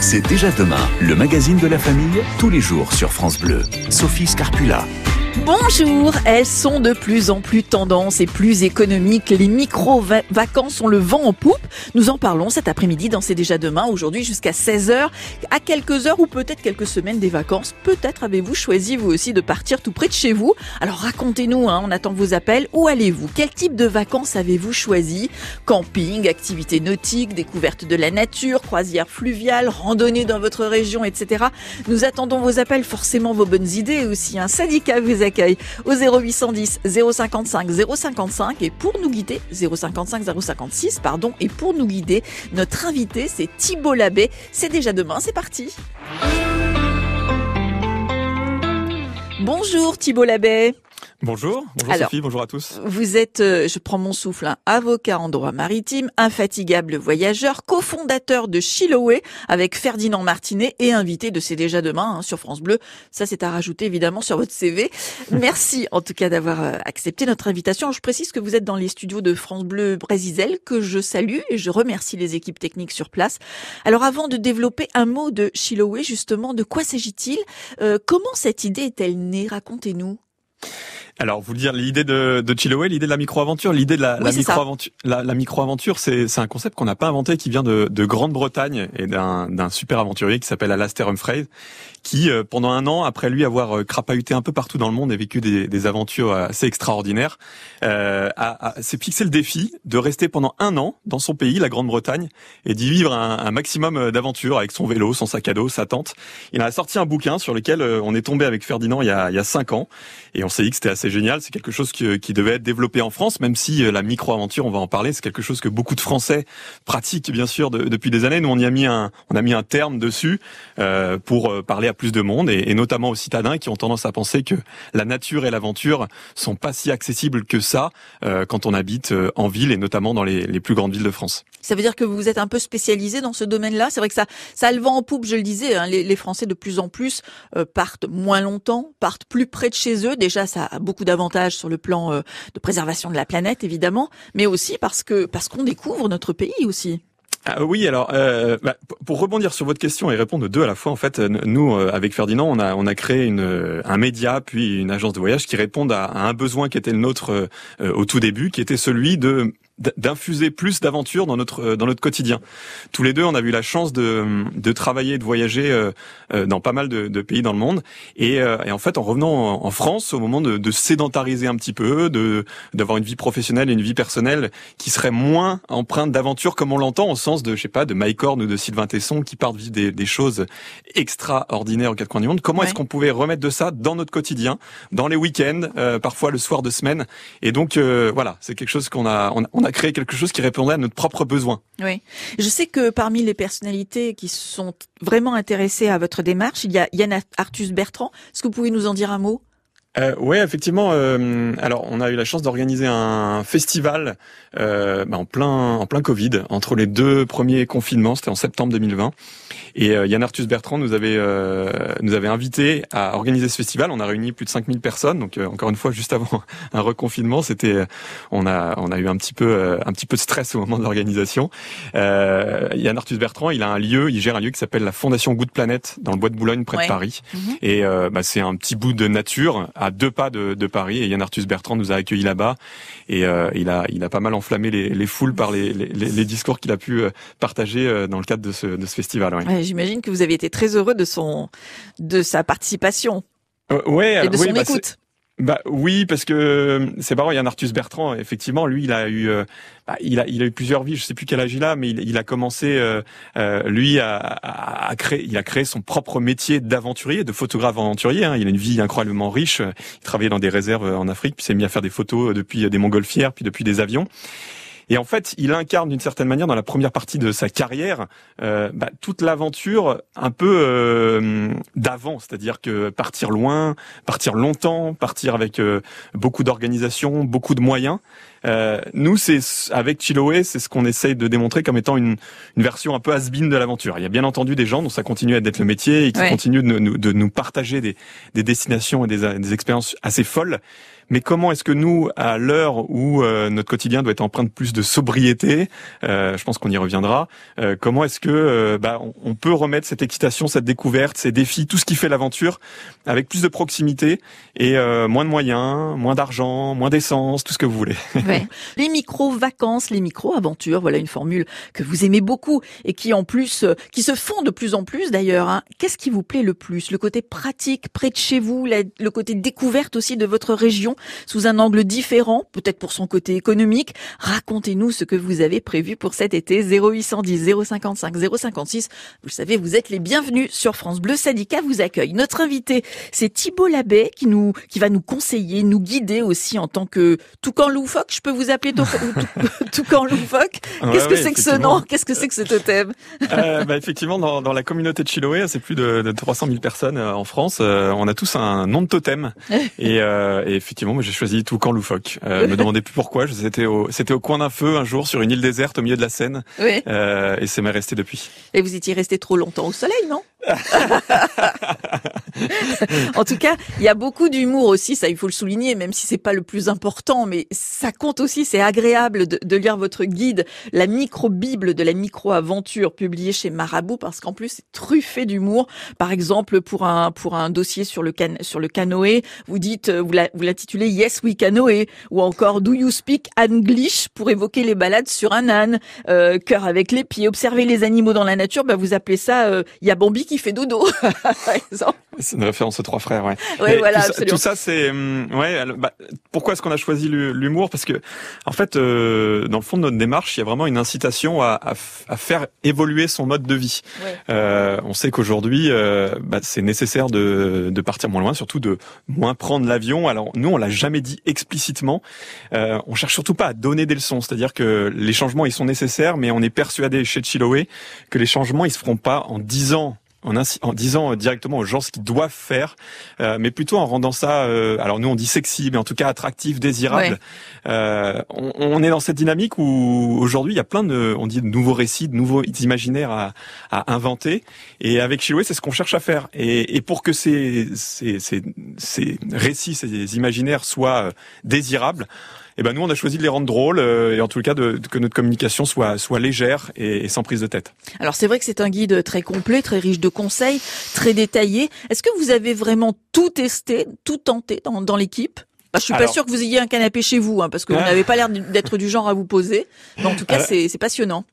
C'est déjà demain, le magazine de la famille, tous les jours sur France Bleu. Sophie Scarpula. Bonjour, elles sont de plus en plus tendances et plus économiques. Les micro-vacances ont le vent en poupe. Nous en parlons cet après-midi dans C'est déjà demain, aujourd'hui jusqu'à 16h. À quelques heures ou peut-être quelques semaines des vacances, peut-être avez-vous choisi vous aussi de partir tout près de chez vous. Alors racontez-nous, on attend vos appels. Où allez-vous? Quel type de vacances avez-vous choisi? Camping, activités nautiques, découverte de la nature, croisière fluviale, randonnée dans votre région, etc. Nous attendons vos appels, forcément vos bonnes idées aussi. Un syndicat vous accueille au 0810 055 055 et pour nous guider 055 056 et pour nous guider notre invité c'est Thibault Labbé. C'est déjà demain, c'est parti. Bonjour Thibault Labbé. Bonjour alors, Sophie, bonjour à tous. Vous êtes, je prends mon souffle, avocat en droit maritime, infatigable voyageur, cofondateur de Chiloé avec Ferdinand Martinet et invité de C'est déjà demain sur France Bleu. Ça, c'est à rajouter évidemment sur votre CV. Merci en tout cas d'avoir accepté notre invitation. Je précise que vous êtes dans les studios de France Bleu Brésil, que je salue et je remercie les équipes techniques sur place. Alors avant de développer un mot de Chiloé, justement, de quoi s'agit-il? Comment cette idée est-elle née? Racontez-nous. Alors, vous dire l'idée de Chiloé, l'idée de la micro-aventure, l'idée de la micro-aventure, la micro-aventure, c'est un concept qu'on n'a pas inventé, qui vient de Grande-Bretagne et d'un super aventurier qui s'appelle Alastair Humphrey, qui pendant un an, après lui avoir crapahuté un peu partout dans le monde et vécu des aventures assez extraordinaires, s'est fixé le défi de rester pendant un an dans son pays, la Grande-Bretagne, et d'y vivre un maximum d'aventures avec son vélo, son sac à dos, sa tente. Il a sorti un bouquin sur lequel on est tombé avec Ferdinand il y a 5 ans, et on s'est dit que c'était assez génial. C'est quelque chose qui devait être développé en France, même si la micro-aventure, on va en parler, c'est quelque chose que beaucoup de Français pratiquent bien sûr depuis des années. Nous, on a mis un terme dessus pour parler à plus de monde et notamment aux citadins qui ont tendance à penser que la nature et l'aventure sont pas si accessibles que ça quand on habite en ville et notamment dans les plus grandes villes de France. Ça veut dire que vous êtes un peu spécialisé dans ce domaine-là. C'est vrai que ça a le vent en poupe, je le disais. Les Français de plus en plus partent moins longtemps, partent plus près de chez eux. Déjà, ça a beaucoup d'avantages sur le plan de préservation de la planète, évidemment, mais aussi parce qu'on découvre notre pays aussi. Ah oui, alors pour rebondir sur votre question et répondre aux deux à la fois, en fait, nous avec Ferdinand, on a créé un média puis une agence de voyage qui répondent à un besoin qui était le nôtre au tout début, qui était celui d'infuser plus d'aventures dans notre quotidien. Tous les deux, on a eu la chance de travailler, de voyager dans pas mal de pays dans le monde, et en fait, en revenant en France, au moment de sédentariser un petit peu, d'avoir une vie professionnelle et une vie personnelle qui serait moins empreinte d'aventure comme on l'entend au sens de, je sais pas, de Mike Horn ou de Sylvain Tesson qui partent vivre des choses extraordinaires aux quatre coins du monde. Comment est-ce qu'on pouvait remettre de ça dans notre quotidien, dans les week-ends, parfois le soir de semaine? Et donc voilà, c'est quelque chose on a créé quelque chose qui répondait à notre propre besoin. Oui. Je sais que parmi les personnalités qui sont vraiment intéressées à votre démarche, il y a Yann Arthus Bertrand. Est-ce que vous pouvez nous en dire un mot? Oui, effectivement. Alors, on a eu la chance d'organiser un festival en plein Covid, entre les deux premiers confinements. C'était en septembre 2020. Et Yann Arthus Bertrand nous avait invités à organiser ce festival. On a réuni plus de 5000 personnes. Donc, encore une fois, juste avant un reconfinement, on a eu un petit peu de stress au moment de l'organisation. Yann Arthus Bertrand, il gère un lieu qui s'appelle la Fondation Good Planet dans le Bois de Boulogne, près de Paris. Mm-hmm. Et c'est un petit bout de nature à 2 pas de Paris, et Yann Arthus Bertrand nous a accueillis là-bas, et il a pas mal enflammé les foules par les discours qu'il a pu partager dans le cadre de ce festival. Ouais, j'imagine que vous avez été très heureux de sa participation et de son écoute. Oui, parce que c'est marrant, Yann Arthus Bertrand, effectivement, lui, il a eu plusieurs vies. Je sais plus quel âge il a, mais il a commencé, lui, il a créé son propre métier d'aventurier, de photographe aventurier. Il a une vie incroyablement riche. Il travaillait dans des réserves en Afrique, puis s'est mis à faire des photos depuis des montgolfières, puis depuis des avions. Et en fait, il incarne d'une certaine manière dans la première partie de sa carrière toute l'aventure un peu d'avant, c'est-à-dire que partir loin, partir longtemps, partir avec beaucoup d'organisation, beaucoup de moyens. Nous, c'est avec Chiloé, c'est ce qu'on essaye de démontrer comme étant une version un peu has-been de l'aventure. Il y a bien entendu des gens dont ça continue à être le métier et qui continuent de nous partager des destinations et des expériences assez folles. Mais comment est-ce que nous, à l'heure où notre quotidien doit être empreint de plus de sobriété, je pense qu'on y reviendra, comment est-ce que on peut remettre cette excitation, cette découverte, ces défis, tout ce qui fait l'aventure, avec plus de proximité et moins de moyens, moins d'argent, moins d'essence, tout ce que vous voulez. Ouais. Les micro-vacances, les micro-aventures, voilà une formule que vous aimez beaucoup et qui en plus, qui se font de plus en plus d'ailleurs. Hein. Qu'est-ce qui vous plaît le plus ? Le côté pratique, près de chez vous, le côté découverte aussi de votre région, sous un angle différent, peut-être pour son côté économique. Racontez-nous ce que vous avez prévu pour cet été. 0810 055 056. Vous le savez, vous êtes les bienvenus sur France Bleu. Syndicat vous accueille. Notre invité, c'est Thibault Labet qui va nous conseiller, nous guider aussi en tant que toucan loufoque. Je peux vous appeler toucan loufoque. Qu'est-ce que c'est que ce nom ? Qu'est-ce que c'est que ce totem ? Effectivement, dans la communauté de Chiloé, c'est plus de 300 000 personnes en France. On a tous un nom de totem. Et effectivement, moi, j'ai choisi toucan loufoque. Me demandez plus pourquoi. C'était au coin d'un feu un jour sur une île déserte au milieu de la Seine. Oui. Et c'est m'est resté depuis. Et vous étiez resté trop longtemps au soleil, non ? En tout cas, il y a beaucoup d'humour aussi, ça il faut le souligner, même si c'est pas le plus important, mais ça compte aussi, c'est agréable de lire votre guide, la micro-bible de la micro-aventure, publiée chez Marabout, parce qu'en plus c'est truffé d'humour. Par exemple, pour un dossier sur le canoë, vous dites, vous l'intitulez Yes We Canoë, ou encore Do You Speak English, pour évoquer les balades sur un âne, cœur avec les pieds, observer les animaux dans la nature, vous appelez ça il y a Bambi qui fait dodo, par exemple. C'est une référence aux trois frères, ouais. Ouais, voilà, absolument. Tout ça, c'est pourquoi est-ce qu'on a choisi l'humour ? Parce que, en fait, dans le fond de notre démarche, il y a vraiment une incitation à faire évoluer son mode de vie. Ouais. On sait qu'aujourd'hui, c'est nécessaire de partir moins loin, surtout de moins prendre l'avion. Alors nous, on l'a jamais dit explicitement. On cherche surtout pas à donner des leçons, c'est-à-dire que les changements ils sont nécessaires, mais on est persuadé chez Chiloé que les changements ils se feront pas en disant directement aux gens ce qu'ils doivent faire, mais plutôt en rendant ça, alors nous on dit sexy, mais en tout cas attractif, désirable. Ouais. On est dans cette dynamique où aujourd'hui il y a plein de nouveaux récits, de nouveaux imaginaires à inventer, et avec Chiloé c'est ce qu'on cherche à faire. Et pour que ces récits, ces imaginaires soient désirables, nous on a choisi de les rendre drôles et en tout cas que notre communication soit légère et sans prise de tête. Alors c'est vrai que c'est un guide très complet, très riche de conseils, très détaillé. Est-ce que vous avez vraiment tout testé, tout tenté dans l'équipe ? Je suis pas sûre que vous ayez un canapé chez vous, parce que vous n'avez pas l'air d'être du genre à vous poser. Mais en tout cas, c'est passionnant.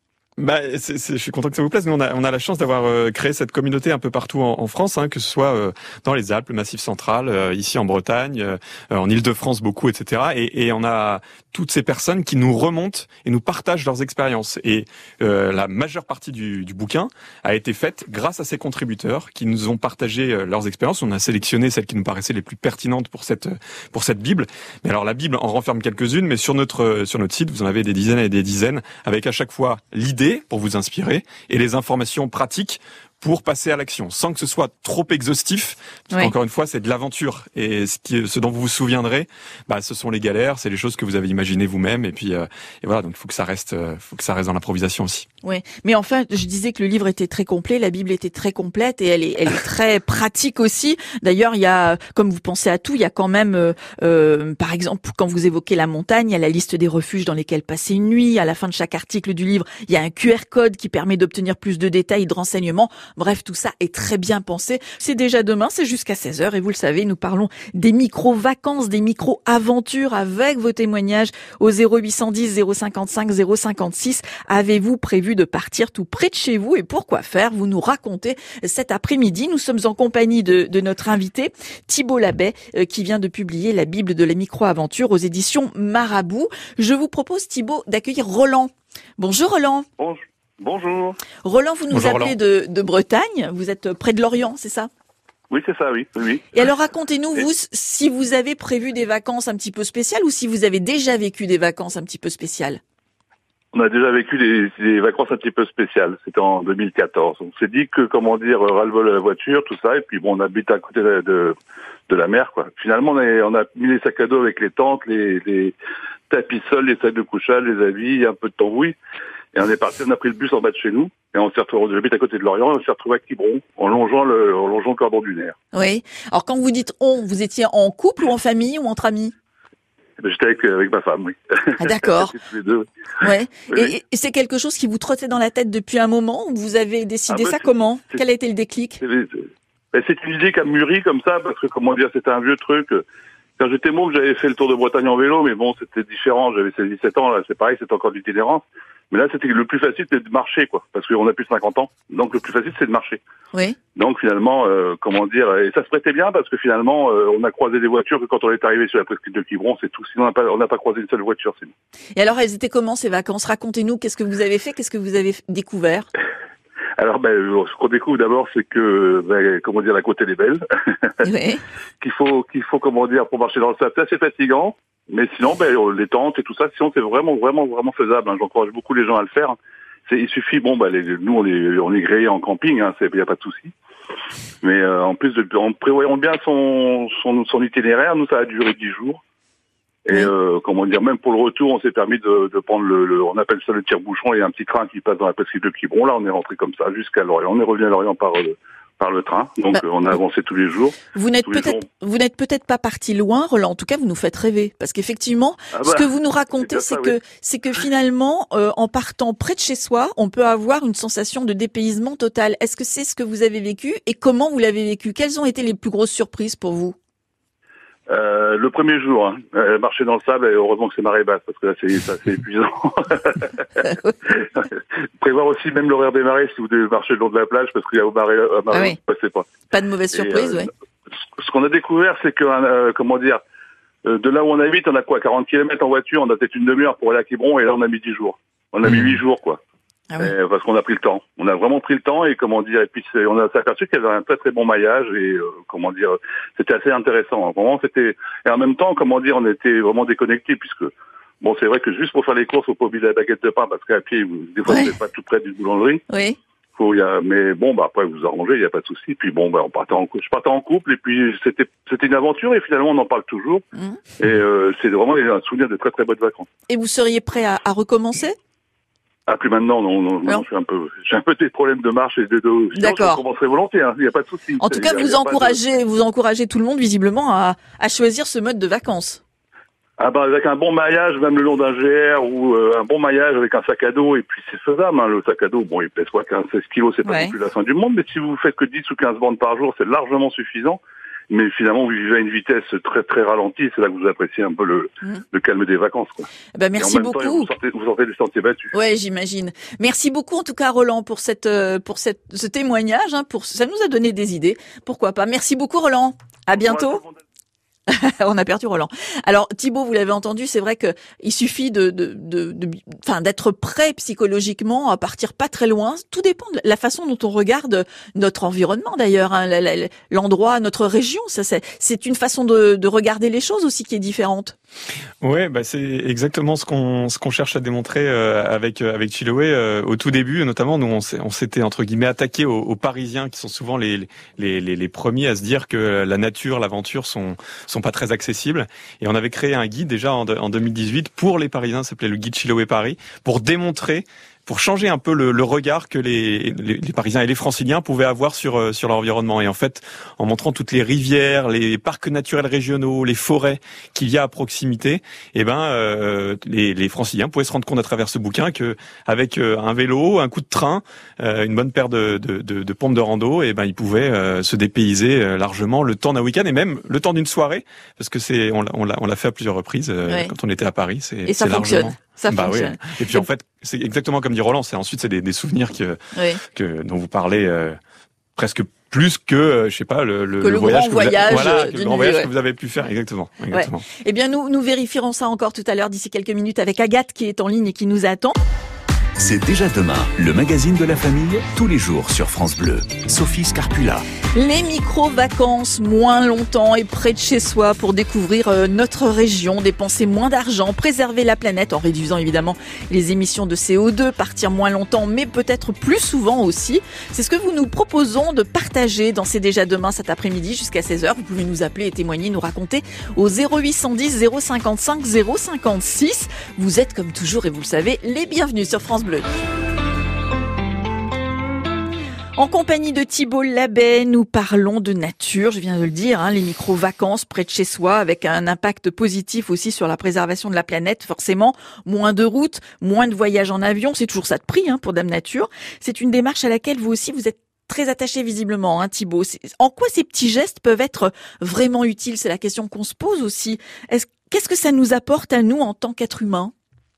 Je suis content que ça vous plaise. Nous, on a la chance d'avoir créé cette communauté un peu partout en France, que ce soit dans les Alpes, le Massif central, ici en Bretagne, en Île-de-France beaucoup, etc. Et on a toutes ces personnes qui nous remontent et nous partagent leurs expériences. Et la majeure partie du bouquin a été faite grâce à ces contributeurs qui nous ont partagé leurs expériences. On a sélectionné celles qui nous paraissaient les plus pertinentes pour cette Bible. Mais alors la Bible en renferme quelques-unes, mais sur notre site, vous en avez des dizaines et des dizaines, avec à chaque fois l'idée pour vous inspirer et les informations pratiques pour passer à l'action, sans que ce soit trop exhaustif, parce qu'encore une fois, c'est de l'aventure. Et ce dont vous vous souviendrez, ce sont les galères, c'est les choses que vous avez imaginées vous-même, et puis et voilà. Donc, il faut que ça reste dans l'improvisation aussi. Oui, mais enfin, je disais que le livre était très complet, la Bible était très complète, et elle est très pratique aussi. D'ailleurs, il y a, comme vous pensez à tout, il y a quand même, par exemple, quand vous évoquez la montagne, il y a la liste des refuges dans lesquels passer une nuit. À la fin de chaque article du livre, il y a un QR code qui permet d'obtenir plus de détails et de renseignements. Bref, tout ça est très bien pensé. C'est déjà demain, c'est jusqu'à 16h et vous le savez, nous parlons des micro-vacances, des micro-aventures avec vos témoignages au 0810 055 056. Avez-vous prévu de partir tout près de chez vous et pourquoi faire ? Vous nous racontez cet après-midi. Nous sommes en compagnie de notre invité, Thibault Labet, qui vient de publier la Bible de la micro-aventure aux éditions Marabout. Je vous propose, Thibault, d'accueillir Roland. Bonjour Roland. Bonjour. Roland, vous nous appelez de Bretagne, vous êtes près de Lorient, c'est ça ? Oui, c'est ça, oui. Et alors racontez-nous, vous, si vous avez prévu des vacances un petit peu spéciales ou si vous avez déjà vécu des vacances un petit peu spéciales ? On a déjà vécu des vacances un petit peu spéciales, c'était en 2014. On s'est dit que, ras-le-bol à la voiture, tout ça, et puis on habite à côté de la mer, quoi. Finalement, on a mis les sacs à dos avec les tentes, tapis sol, les sacs de couchage, les habits, un peu de tambouille. Et on est parti, on a pris le bus en bas de chez nous. Et on s'est retrouvé, j'habite à côté de Lorient, et on s'est retrouvé à Quiberon, en longeant le cordon dunaire. Oui. Alors quand vous dites on, vous étiez en couple ou en famille ou entre amis? J'étais avec ma femme, oui. Ah, d'accord. Tous les deux. Ouais. Oui. Et c'est quelque chose qui vous trottait dans la tête depuis un moment ou vous avez décidé ça comment? Quel a été le déclic? C'est une idée qui a mûri comme ça, parce que comment dire, c'était un vieux truc. Quand j'étais môme, j'avais fait le tour de Bretagne en vélo, mais bon, c'était différent. J'avais 17 ans, là, c'est pareil, c'était encore d'itinérance. Mais là, c'était le plus facile, c'était de marcher, quoi. Parce qu'on a plus de 50 ans. Donc, le plus facile, c'est de marcher. Oui. Donc, finalement, comment dire, et ça se prêtait bien parce que finalement, on a croisé des voitures que quand on est arrivé sur la presqu'île de Quiberon, c'est tout. Sinon, on n'a pas croisé une seule voiture, sinon. Et alors, elles étaient comment ces vacances? Racontez-nous, qu'est-ce que vous avez fait? Qu'est-ce que vous avez découvert? Alors, ce qu'on découvre d'abord, c'est que, comment dire, la côte elle est belle. Oui. qu'il faut, comment dire, pour marcher dans le sable, c'est assez fatigant. Mais sinon, les tentes et tout ça, sinon c'est vraiment faisable. Hein. J'encourage beaucoup les gens à le faire. Il suffit, nous on est gréés en camping, hein, y a pas de souci. Mais en plus, en prévoyant bien son itinéraire, nous ça a duré 10 jours. Et comment dire, même pour le retour, on s'est permis de prendre on appelle ça le tire-bouchon, il y a un petit train qui passe dans la presqu'île de Quiberon. Là, on est rentré comme ça jusqu'à Lorient. On est revenu à Lorient par le train. Donc on a avancé tous les jours. Vous n'êtes peut-être pas parti loin, Roland. En tout cas, vous nous faites rêver parce qu'effectivement, ce que vous nous racontez, c'est que finalement, en partant près de chez soi, on peut avoir une sensation de dépaysement total. Est-ce que c'est ce que vous avez vécu et comment vous l'avez vécu? Quelles ont été les plus grosses surprises pour vous? Le premier jour, hein, marcher dans le sable, et heureusement que c'est marée basse, parce que là, c'est épuisant. Prévoir aussi même l'horaire des marées si vous devez marcher le long de la plage, parce qu'il y a marée, vous passez pas. Pas de mauvaise surprise, oui. Ce qu'on a découvert, c'est que, comment dire, de là où on habite, on a 40 km en voiture, on a peut-être une demi-heure pour aller à Quiberon, et là, on a mis 10 jours. On a mis 8 jours, quoi. Ah oui. Parce qu'on a pris le temps. On a vraiment pris le temps et comment dire, et puis on a aperçu qu'il y avait un très très bon maillage et comment dire, c'était assez intéressant. Hein. Vraiment, et en même temps, comment dire, on était vraiment déconnectés puisque bon, c'est vrai que juste pour faire les courses, faut pas oublier la baguette de pain parce qu'à pied, des fois, vous n'êtes pas tout près d'une boulangerie. Oui. Mais bon, après vous arrangez, il y a pas de souci. Puis bon, je partais en couple et puis c'était une aventure et finalement on en parle toujours. Et c'est vraiment un souvenir de très très bonnes vacances. Et vous seriez prêt à recommencer? Ah, plus maintenant, non, j'ai un peu des problèmes de marche et de dos. D'accord. Je recommencerai volontiers, il n'y a pas de souci. En tout cas, vous encouragez tout le monde, visiblement, à choisir ce mode de vacances. Ah, avec un bon maillage, même le long d'un GR, ou un bon maillage avec un sac à dos, et puis c'est faisable, hein, le sac à dos. Bon, il pèse quoi, 15-16 kilos, c'est pas non plus la fin du monde, mais si vous faites que 10 ou 15 bandes par jour, c'est largement suffisant. Mais finalement, vous vivez à une vitesse très très ralentie, c'est là que vous appréciez un peu le calme des vacances, quoi. Merci beaucoup. Vous sortez du sentier battu. Ouais, j'imagine. Merci beaucoup en tout cas, Roland, pour ce témoignage. Hein, ça nous a donné des idées. Pourquoi pas. Merci beaucoup, Roland. À bientôt. On a perdu Roland. Alors Thibaut, vous l'avez entendu, c'est vrai que il suffit d'être prêt psychologiquement à partir pas très loin. Tout dépend de la façon dont on regarde notre environnement d'ailleurs, hein, l'endroit, notre région. Ça, c'est une façon de regarder les choses aussi qui est différente. Ouais, c'est exactement ce qu'on cherche à démontrer avec Chiloé au tout début, notamment nous on s'était entre guillemets attaqué aux Parisiens qui sont souvent les premiers à se dire que la nature, l'aventure sont pas très accessibles, et on avait créé un guide déjà en 2018 pour les Parisiens, ça s'appelait le guide Chiloé Paris, pour changer un peu le regard que les Parisiens et les Franciliens pouvaient avoir sur leur environnement. Et en fait, en montrant toutes les rivières, les parcs naturels régionaux, les forêts qu'il y a à proximité, les Franciliens pouvaient se rendre compte à travers ce bouquin que avec un vélo, un coup de train, une bonne paire de pompes de rando, ils pouvaient se dépayser largement le temps d'un week-end et même le temps d'une soirée, parce que on l'a fait à plusieurs reprises quand on était à Paris. Et ça fonctionne. Largement. Ça fonctionne. Oui. Et puis en fait, c'est exactement comme dit Roland, c'est des souvenirs dont vous parlez presque plus que je sais pas le voyage que vous avez pu faire exactement. Ouais. Eh bien nous vérifierons ça encore tout à l'heure d'ici quelques minutes avec Agathe qui est en ligne et qui nous attend. C'est déjà demain, le magazine de la famille, tous les jours sur France Bleu. Sophie Scarpula. Les micro-vacances, moins longtemps et près de chez soi pour découvrir notre région, dépenser moins d'argent, préserver la planète en réduisant évidemment les émissions de CO2, partir moins longtemps mais peut-être plus souvent aussi. C'est ce que vous nous proposons de partager dans C'est déjà demain cet après-midi jusqu'à 16h. Vous pouvez nous appeler et témoigner, nous raconter au 0810 055 056. Vous êtes comme toujours et vous le savez, les bienvenus sur France Bleu. En compagnie de Thibault Labet, nous parlons de nature, je viens de le dire, les micro-vacances près de chez soi avec un impact positif aussi sur la préservation de la planète, forcément. Moins de routes, moins de voyages en avion, c'est toujours ça de prix pour Dame Nature. C'est une démarche à laquelle vous aussi vous êtes très attaché visiblement, Thibault. En quoi ces petits gestes peuvent être vraiment utiles? C'est la question qu'on se pose aussi. Qu'est-ce que ça nous apporte à nous en tant qu'êtres humains?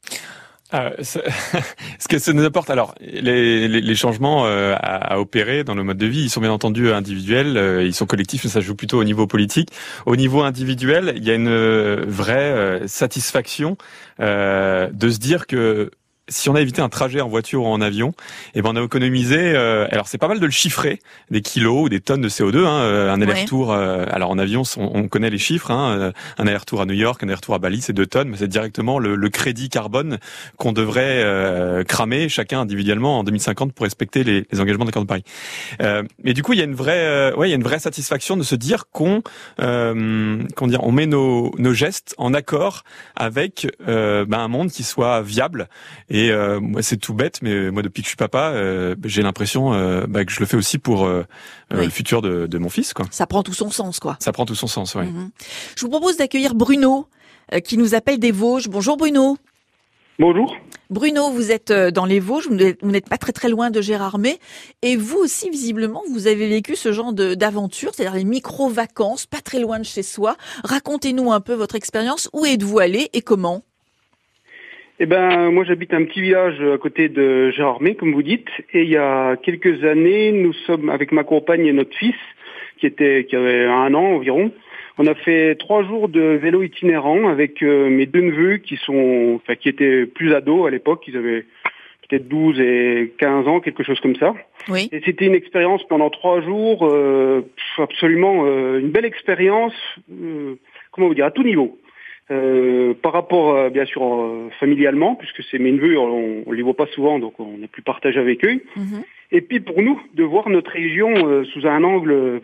Ce que ça nous apporte, alors les changements à opérer dans le mode de vie, ils sont bien entendu individuels, ils sont collectifs, mais ça joue plutôt au niveau politique. Au niveau individuel, il y a une vraie satisfaction de se dire que si on a évité un trajet en voiture ou en avion, on a économisé. Alors c'est pas mal de le chiffrer, des kilos ou des tonnes de CO2. Un aller-retour. Alors en avion, on connaît les chiffres. Un aller-retour à New York, un aller-retour à Bali, c'est 2 tonnes, mais c'est directement le crédit carbone qu'on devrait cramer chacun individuellement en 2050 pour respecter les engagements de l'accord de Paris. Mais du coup, il y a une vraie satisfaction de se dire qu'on met nos gestes en accord avec un monde qui soit viable. Et moi, c'est tout bête, mais moi, depuis que je suis papa, j'ai l'impression que je le fais aussi pour le futur de mon fils, quoi. Ça prend tout son sens, quoi. Ça prend tout son sens, ouais. Je vous propose d'accueillir Bruno, qui nous appelle des Vosges. Bonjour Bruno. Bonjour. Bruno, vous êtes dans les Vosges, vous n'êtes pas très très loin de Gérardmer, et vous aussi, visiblement, vous avez vécu ce genre d'aventure, c'est-à-dire les micro-vacances, pas très loin de chez soi. Racontez-nous un peu votre expérience. Où êtes-vous allé et comment ? Moi j'habite un petit village à côté de Gérardmer, comme vous dites, et il y a quelques années, nous sommes avec ma compagne et notre fils, qui avait 1 an environ. On a fait 3 jours de vélo itinérant avec mes 2 neveux qui étaient plus ados à l'époque, ils avaient peut-être 12 et 15 ans, quelque chose comme ça. Oui. Et c'était une expérience pendant 3 jours, absolument une belle expérience, à tout niveau. Par rapport, bien sûr, familialement, puisque c'est mes neveux, on les voit pas souvent, donc on n'est plus partagé avec eux. Mm-hmm. Et puis pour nous, de voir notre région sous un angle,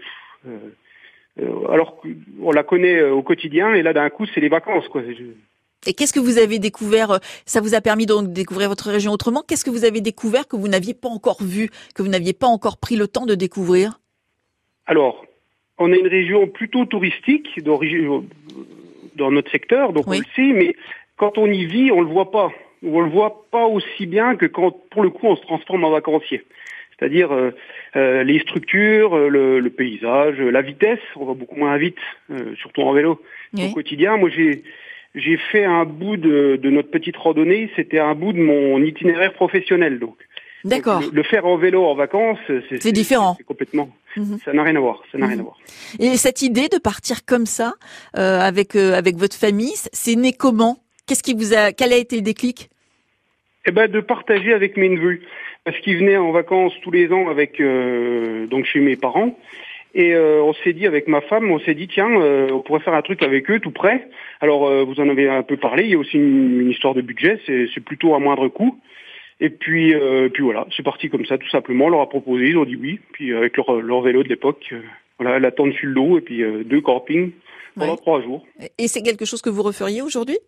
alors qu'on la connaît au quotidien, et là d'un coup, c'est les vacances, quoi. Et qu'est-ce que vous avez découvert? Ça vous a permis de découvrir votre région autrement. Qu'est-ce que vous avez découvert que vous n'aviez pas encore vu, que vous n'aviez pas encore pris le temps de découvrir? Alors, on a une région plutôt touristique d'origine dans notre secteur, donc oui. On le sait, mais quand on y vit, on le voit pas. Ou on le voit pas aussi bien que quand, pour le coup, on se transforme en vacancier. C'est-à-dire les structures, le paysage, la vitesse, on va beaucoup moins vite, surtout en vélo. Oui. Au quotidien, moi j'ai fait un bout de notre petite randonnée, c'était un bout de mon itinéraire professionnel, donc. D'accord. Le faire en vélo en vacances, c'est différent. C'est complètement. Ça n'a rien à voir. Rien à voir. Et cette idée de partir comme ça avec votre famille, c'est né comment? Quel a été le déclic? De partager avec mes neveux, parce qu'ils venaient en vacances tous les ans avec donc chez mes parents. Et on s'est dit avec ma femme, tiens, on pourrait faire un truc avec eux tout près. Alors vous en avez un peu parlé. Il y a aussi une histoire de budget. C'est plutôt à moindre coût. Et puis voilà, c'est parti comme ça, tout simplement. On leur a proposé, ils ont dit oui. Puis avec leur vélo de l'époque, la tente sur le dos et puis 2 campings pendant 3 jours. Et c'est quelque chose que vous referiez aujourd'hui?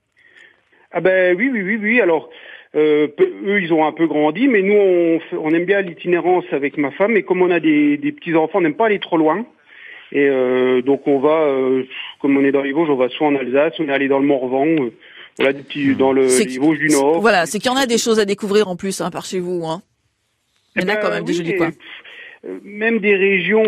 Oui. Alors eux, ils ont un peu grandi, mais nous, on aime bien l'itinérance avec ma femme. Et comme on a des petits enfants, on n'aime pas aller trop loin. Et donc on va, comme on est dans les Vosges, on va soit en Alsace, on est allé dans le Morvan. Voilà, dans les Vosges du Nord. Voilà, c'est qu'il y en a des choses à découvrir en plus par chez vous. Il y en a quand même des jolis coins. même des régions,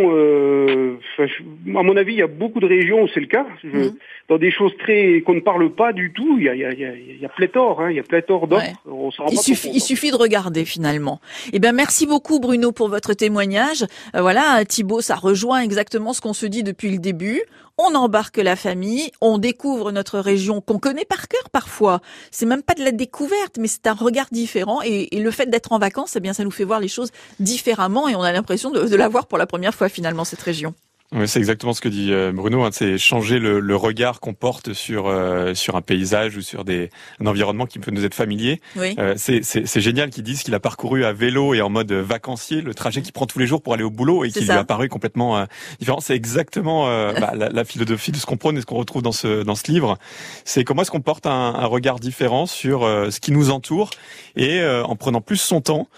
à mon avis, il y a beaucoup de régions où c'est le cas. Dans des choses qu'on ne parle pas du tout, il y a pléthore, il y a pléthore d'offres. Ouais. Il suffit de regarder finalement. Eh bien, merci beaucoup Bruno pour votre témoignage. Voilà, Thibaut, ça rejoint exactement ce qu'on se dit depuis le début. On embarque la famille, on découvre notre région qu'on connaît par cœur parfois. C'est même pas de la découverte, mais c'est un regard différent. Et le fait d'être en vacances, eh bien, ça nous fait voir les choses différemment et on a l'impression de la voir pour la première fois finalement cette région. Oui, c'est exactement ce que dit Bruno. C'est changer le regard qu'on porte sur un paysage ou sur un environnement qui peut nous être familier. Oui. C'est génial qu'ils disent qu'il a parcouru à vélo et en mode vacancier le trajet qu'il prend tous les jours pour aller au boulot et qui lui a paru complètement différent. C'est exactement la philosophie de ce qu'on prône et ce qu'on retrouve dans ce livre. C'est comment est-ce qu'on porte un regard différent sur ce qui nous entoure et en prenant plus son temps.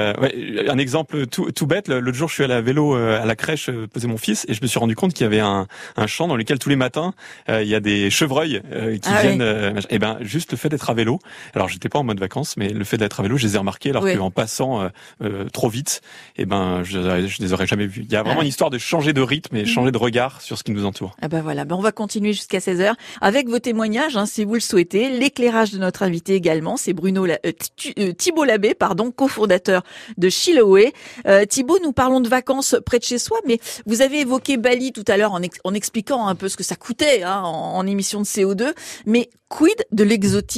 Un exemple tout bête. L'autre jour, je suis allé à vélo à la crèche poser mon fils et je me suis rendu compte qu'il y avait un champ dans lequel tous les matins il y a des chevreuils qui viennent. Et ben juste le fait d'être à vélo. Alors j'étais pas en mode vacances, mais le fait d'être à vélo, je les ai remarqués alors qu'en passant trop vite, et ben je les aurais jamais vus. Il y a vraiment une histoire de changer de rythme et changer de regard sur ce qui nous entoure. Ah ben voilà, on va continuer jusqu'à 16h avec vos témoignages si vous le souhaitez. L'éclairage de notre invité également, c'est Thibaut Labbé, cofondateur de Chiloé. Thibaut, nous parlons de vacances près de chez soi, mais vous avez évoqué Bali tout à l'heure en expliquant un peu ce que ça coûtait en émissions de CO2, mais quid de l'exotisme ?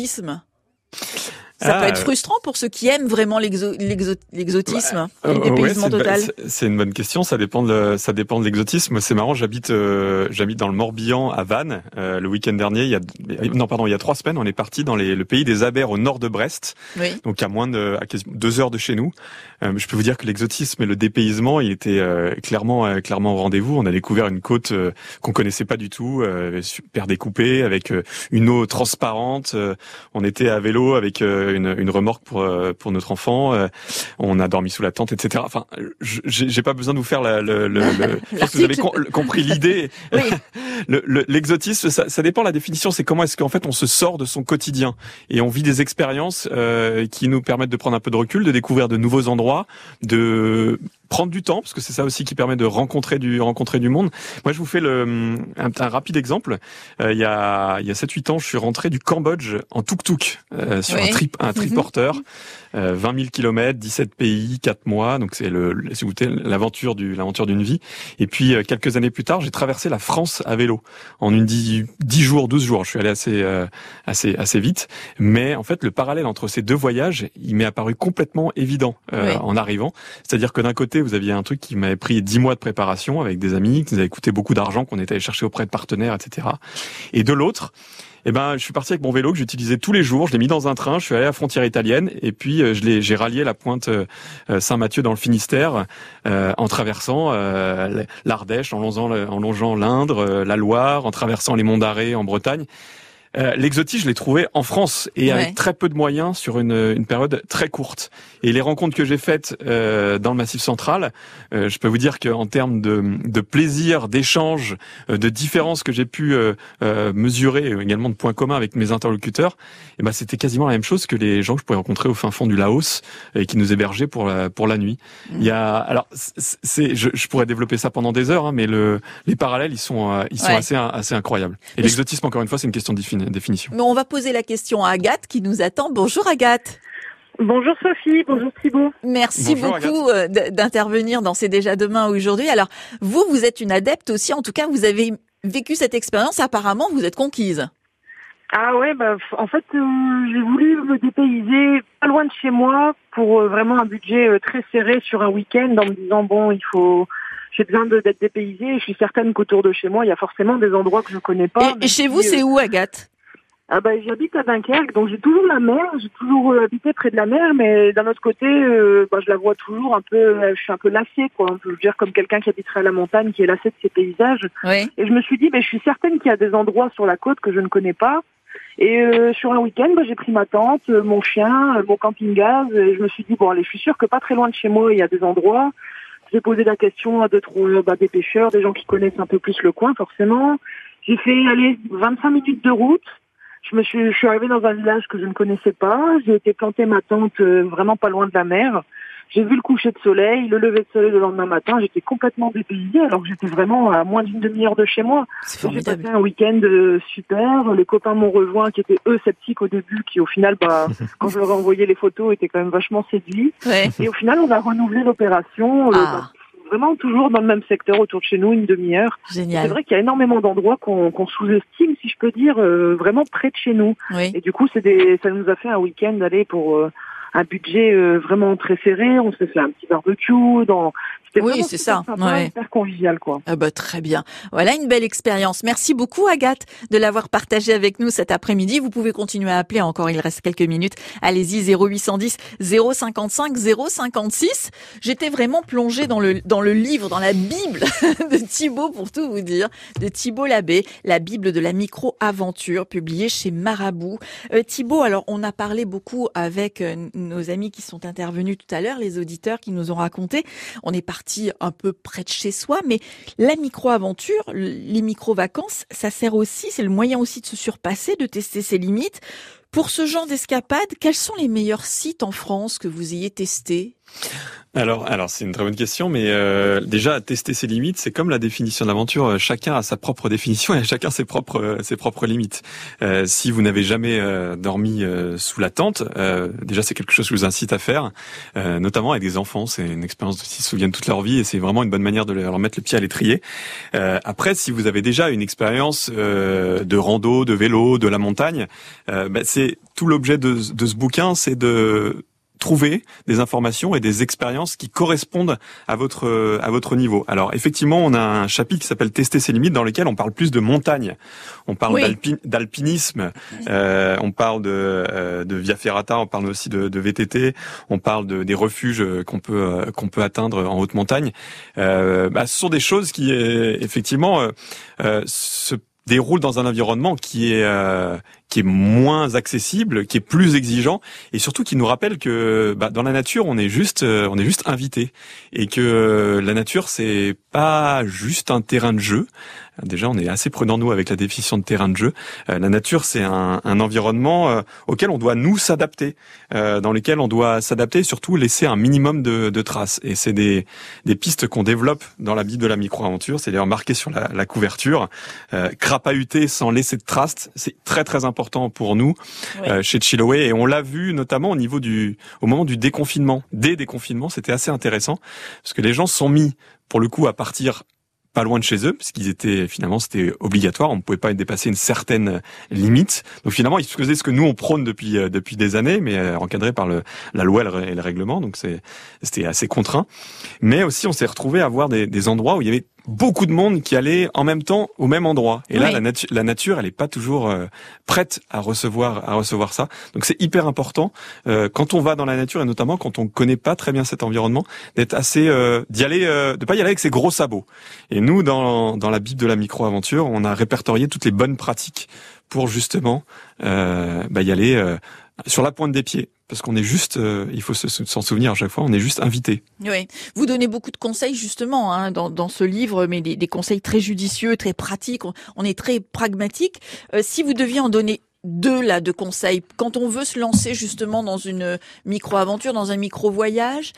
Ça peut être frustrant pour ceux qui aiment vraiment l'exotisme, le dépaysement total. C'est une bonne question. Ça dépend de l'exotisme. C'est marrant. J'habite dans le Morbihan à Vannes. Le week-end dernier, il y a 3 semaines, on est parti dans le pays des Abers au nord de Brest. Oui. Donc à quasi 2 heures de chez nous. Je peux vous dire que l'exotisme et le dépaysement, il était clairement au rendez-vous. On a découvert une côte qu'on connaissait pas du tout, super découpée, avec une eau transparente. On était à vélo avec une remorque pour notre enfant. On a dormi sous la tente, etc. Enfin, j'ai pas besoin de vous faire je pense que vous avez compris l'idée. Oui. L'exotisme, ça dépend de la définition. C'est comment est-ce qu'en fait on se sort de son quotidien et on vit des expériences qui nous permettent de prendre un peu de recul, de découvrir de nouveaux endroits, de prendre du temps, parce que c'est ça aussi qui permet de rencontrer du monde. Moi, je vous fais un rapide exemple. Il y a 7-8 ans, je suis rentré du Cambodge en tuk-tuk sur un triporteur, 20 000 kilomètres, 17 pays, 4 mois. Donc c'est l'aventure d'une vie. Et puis quelques années plus tard, j'ai traversé la France à vélo en 10 jours, 12 jours. Je suis allé assez vite, mais en fait le parallèle entre ces deux voyages, il m'est apparu complètement évident en arrivant. C'est-à-dire que d'un côté, vous aviez un truc qui m'avait pris 10 mois de préparation avec des amis, qui nous avait coûté beaucoup d'argent, qu'on était allé chercher auprès de partenaires, etc. Et de l'autre, je suis parti avec mon vélo que j'utilisais tous les jours. Je l'ai mis dans un train, je suis allé à la frontière italienne et puis j'ai rallié la pointe Saint-Mathieu dans le Finistère en traversant l'Ardèche, en longeant l'Indre, la Loire, en traversant les monts d'Arrée en Bretagne. L'exotisme, je l'ai trouvé en France et avec très peu de moyens sur une période très courte. Et les rencontres que j'ai faites dans le Massif central, je peux vous dire qu'en termes de plaisir, d'échange, de différences que j'ai pu mesurer, également de points communs avec mes interlocuteurs, c'était quasiment la même chose que les gens que je pouvais rencontrer au fin fond du Laos et qui nous hébergeaient pour la nuit. Il y a, alors, je pourrais développer ça pendant des heures, mais les parallèles, ils sont assez incroyables. Et l'exotisme, encore une fois, c'est une question de définition. Mais on va poser la question à Agathe qui nous attend. Bonjour Agathe. Bonjour Sophie, bonjour Thibaut. Merci beaucoup d'intervenir dans C'est déjà demain aujourd'hui. Alors, vous êtes une adepte aussi, en tout cas, vous avez vécu cette expérience, apparemment, vous êtes conquise. Ah ouais, en fait, j'ai voulu me dépayser pas loin de chez moi pour vraiment un budget très serré sur un week-end en me disant, j'ai besoin d'être dépaysée. Je suis certaine qu'autour de chez moi, il y a forcément des endroits que je connais pas. Et chez vous, c'est où, Agathe? J'habite à Dunkerque, donc j'ai toujours la mer. J'ai toujours habité près de la mer, mais d'un autre côté, je la vois toujours un peu. Je suis un peu lassée, quoi. On peut dire comme quelqu'un qui habiterait à la montagne, qui est lassé de ses paysages. Oui. Et je me suis dit, je suis certaine qu'il y a des endroits sur la côte que je ne connais pas. Et sur un week-end, j'ai pris ma tente, mon chien, mon camping-gaz. Et je me suis dit, allez, je suis sûre que pas très loin de chez moi, il y a des endroits. J'ai posé la question à des pêcheurs, des gens qui connaissent un peu plus le coin, forcément. J'ai fait, 25 minutes de route. Je suis arrivée dans un village que je ne connaissais pas. J'ai été planter ma tente vraiment pas loin de la mer. J'ai vu le coucher de soleil, le lever de soleil le lendemain matin. J'étais complètement dépaysée alors que j'étais vraiment à moins d'une demi-heure de chez moi. J'ai passé un week-end super. Les copains m'ont rejoint qui étaient eux sceptiques au début, qui au final, quand je leur ai envoyé les photos, étaient quand même vachement séduits. Ouais. Et au final, on a renouvelé l'opération. Vraiment toujours dans le même secteur autour de chez nous, une demi-heure. Génial. C'est vrai qu'il y a énormément d'endroits qu'on sous-estime, si je peux dire, vraiment près de chez nous. Oui. Et du coup, ça nous a fait un week-end d'aller pour un budget vraiment très serré. On s'est fait un petit barbecue Oui, c'est ça. Sympa, hyper convivial, quoi. Ah bah, très bien. Voilà une belle expérience. Merci beaucoup, Agathe, de l'avoir partagé avec nous cet après-midi. Vous pouvez continuer à appeler encore. Il reste quelques minutes. Allez-y, 0810 055 056. J'étais vraiment plongée dans le livre, dans la Bible de Thibaut, pour tout vous dire, de Thibaut Labbé, la Bible de la micro-aventure, publiée chez Marabout. Thibaut, alors, on a parlé beaucoup avec nos amis qui sont intervenus tout à l'heure, les auditeurs qui nous ont raconté. On est parti un peu près de chez soi, mais la micro-aventure, les micro-vacances, ça sert aussi, c'est le moyen aussi de se surpasser, de tester ses limites. Pour ce genre d'escapade, quels sont les meilleurs sites en France que vous ayez testés ? Alors c'est une très bonne question, mais déjà tester ses limites, c'est comme la définition de l'aventure. Chacun a sa propre définition et chacun ses propres limites. Si vous n'avez jamais dormi sous la tente, déjà c'est quelque chose que je vous incite à faire, notamment avec des enfants. C'est une expérience dont ils se souviennent toute leur vie et c'est vraiment une bonne manière de leur mettre le pied à l'étrier. Après, si vous avez déjà une expérience de rando, de vélo, de la montagne, c'est tout l'objet de ce bouquin, c'est de trouver des informations et des expériences qui correspondent à votre niveau. Alors effectivement, on a un chapitre qui s'appelle Tester ses limites, dans lequel on parle plus de montagne. On parle d'alpinisme, on parle de via ferrata, on parle aussi de VTT, on parle des refuges qu'on peut atteindre en haute montagne. Ce sont des choses qui effectivement se déroulent dans un environnement qui est moins accessible, qui est plus exigeant et surtout qui nous rappelle que dans la nature on est juste invité et que la nature c'est pas juste un terrain de jeu. Déjà on est assez prudent nous avec la définition de terrain de jeu. La nature c'est un environnement auquel on doit nous s'adapter, dans lequel on doit s'adapter et surtout laisser un minimum de traces. Et c'est des pistes qu'on développe dans la Bible de la micro-aventure. C'est d'ailleurs marqué sur la couverture. Crapahuter sans laisser de traces, c'est très très important pour nous chez Chiloé, et on l'a vu notamment au moment du déconfinement. Dès déconfinement, c'était assez intéressant parce que les gens sont mis pour le coup à partir pas loin de chez eux, parce qu'ils étaient, finalement, c'était obligatoire, on ne pouvait pas dépasser une certaine limite. Donc finalement, ils faisaient ce que nous on prône depuis des années, mais encadré par la loi et le règlement, donc c'était assez contraint. Mais aussi, on s'est retrouvé à voir des endroits où il y avait beaucoup de monde qui allait en même temps au même endroit. Et là, la nature, elle est pas toujours prête à recevoir ça. Donc c'est hyper important quand on va dans la nature et notamment quand on connaît pas très bien cet environnement, d'être assez de pas y aller avec ses gros sabots. Et nous, dans la Bible de la micro-aventure, on a répertorié toutes les bonnes pratiques pour justement y aller sur la pointe des pieds. Parce qu'on est juste, il faut s'en souvenir à chaque fois, on est juste invité. Oui, vous donnez beaucoup de conseils justement dans ce livre, mais des conseils très judicieux, très pratiques. On est très pragmatique. Si vous deviez en donner deux de conseils, quand on veut se lancer justement dans une micro-aventure, dans un micro-voyage,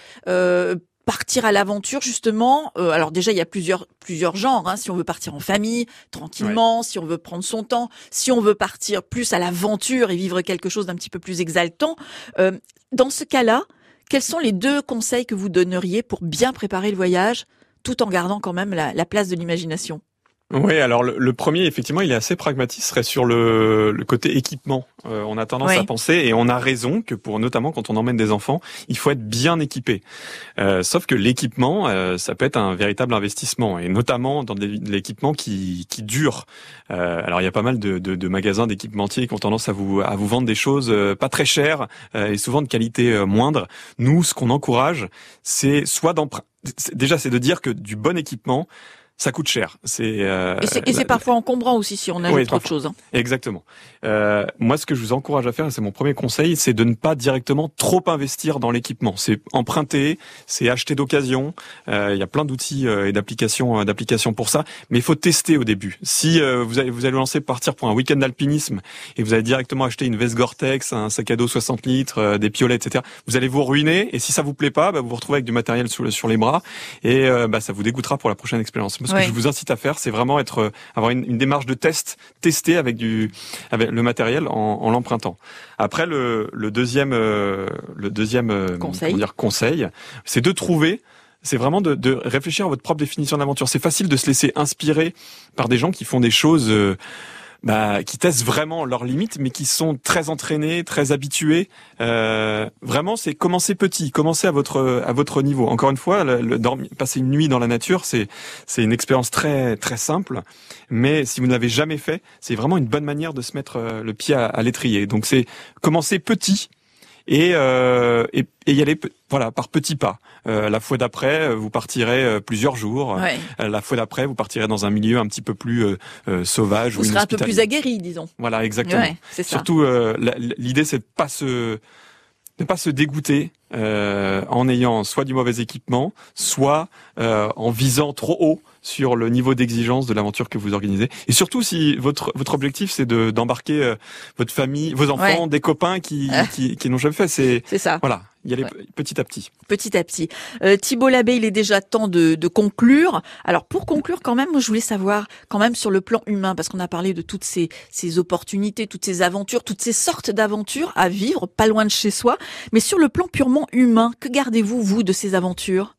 partir à l'aventure justement. Alors déjà il y a plusieurs genres. Si on veut partir en famille, tranquillement, si on veut prendre son temps, si on veut partir plus à l'aventure et vivre quelque chose d'un petit peu plus exaltant. Dans ce cas-là, quels sont les deux conseils que vous donneriez pour bien préparer le voyage, tout en gardant quand même la place de l'imagination ? Oui, alors le premier, effectivement, il est assez pragmatique, serait sur le côté équipement. On a tendance à penser, et on a raison, que notamment quand on emmène des enfants, il faut être bien équipé. Sauf que l'équipement, ça peut être un véritable investissement, et notamment dans de l'équipement qui dure. Alors il y a pas mal de magasins d'équipementiers qui ont tendance à vous vendre des choses pas très chères et souvent de qualité moindre. Nous, ce qu'on encourage, c'est c'est de dire que du bon équipement, Ça coûte cher. Et c'est parfois encombrant aussi si on ajoute trop de choses. Hein. Exactement. Moi, ce que je vous encourage à faire, et c'est mon premier conseil, c'est de ne pas directement trop investir dans l'équipement. C'est emprunter, c'est acheter d'occasion. Il y a plein d'outils et d'applications pour ça, mais il faut tester au début. Si vous allez lancer partir pour un week-end d'alpinisme et vous allez directement acheter une veste Gore-Tex, un sac à dos 60 litres, des piolets, etc., vous allez vous ruiner. Et si ça vous plaît pas, vous vous retrouvez avec du matériel sur les bras et ça vous dégoûtera pour la prochaine expérience. Ce que je vous incite à faire, c'est vraiment avoir une démarche de tester avec le matériel en l'empruntant. Après, le deuxième conseil, c'est de trouver. C'est vraiment de réfléchir à votre propre définition d'aventure. C'est facile de se laisser inspirer par des gens qui font des choses, qui testent vraiment leurs limites, mais qui sont très entraînés, très habitués. Vraiment, c'est commencer petit, commencer à votre niveau. Encore une fois, passer une nuit dans la nature, c'est une expérience très très simple, mais si vous ne l'avez jamais fait, c'est vraiment une bonne manière de se mettre le pied à l'étrier. Donc c'est commencer petit et y aller par petits pas. La fois d'après, vous partirez plusieurs jours. Ouais. La fois d'après, vous partirez dans un milieu un petit peu plus sauvage. Vous serez un peu plus aguerri, disons. Voilà, exactement. Ouais, c'est ça. Surtout, l'idée, c'est de pas se dégoûter en ayant soit du mauvais équipement, soit en visant trop haut sur le niveau d'exigence de l'aventure que vous organisez. Et surtout, si votre objectif, c'est d'embarquer votre famille, vos enfants, des copains qui n'ont jamais fait. C'est ça. Voilà. Y aller petit à petit. Petit à petit. Thibault Labbé, il est déjà temps de conclure. Alors, pour conclure, quand même, moi, je voulais savoir, quand même, sur le plan humain, parce qu'on a parlé de toutes ces opportunités, toutes ces aventures, toutes ces sortes d'aventures à vivre, pas loin de chez soi. Mais sur le plan purement humain, que gardez-vous, vous, de ces aventures?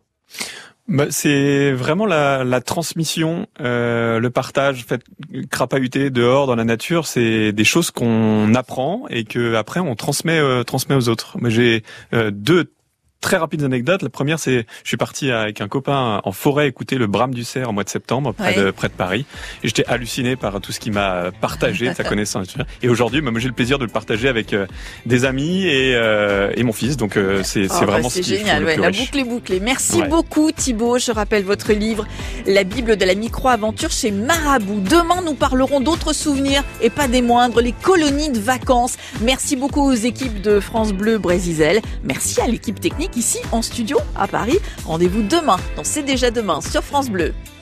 C'est vraiment la transmission, le partage, crapahuter dehors dans la nature, c'est des choses qu'on apprend et que après on transmet aux autres. Moi, j'ai deux très rapides anecdotes. La première, c'est je suis parti avec un copain en forêt écouter le brame du cerf au mois de septembre près de Paris. Et j'étais halluciné par tout ce qu'il m'a partagé de sa connaissance. Et aujourd'hui, moi, j'ai le plaisir de le partager avec des amis et mon fils. Donc c'est vraiment ce qui est génial. La boucle est bouclée. Merci beaucoup Thibault. Je rappelle votre livre La Bible de la micro-aventure chez Marabout. Demain, nous parlerons d'autres souvenirs et pas des moindres, les colonies de vacances. Merci beaucoup aux équipes de France Bleu Brésil. Merci à l'équipe technique ici en studio à Paris. Rendez-vous demain dans C'est déjà demain sur France Bleu.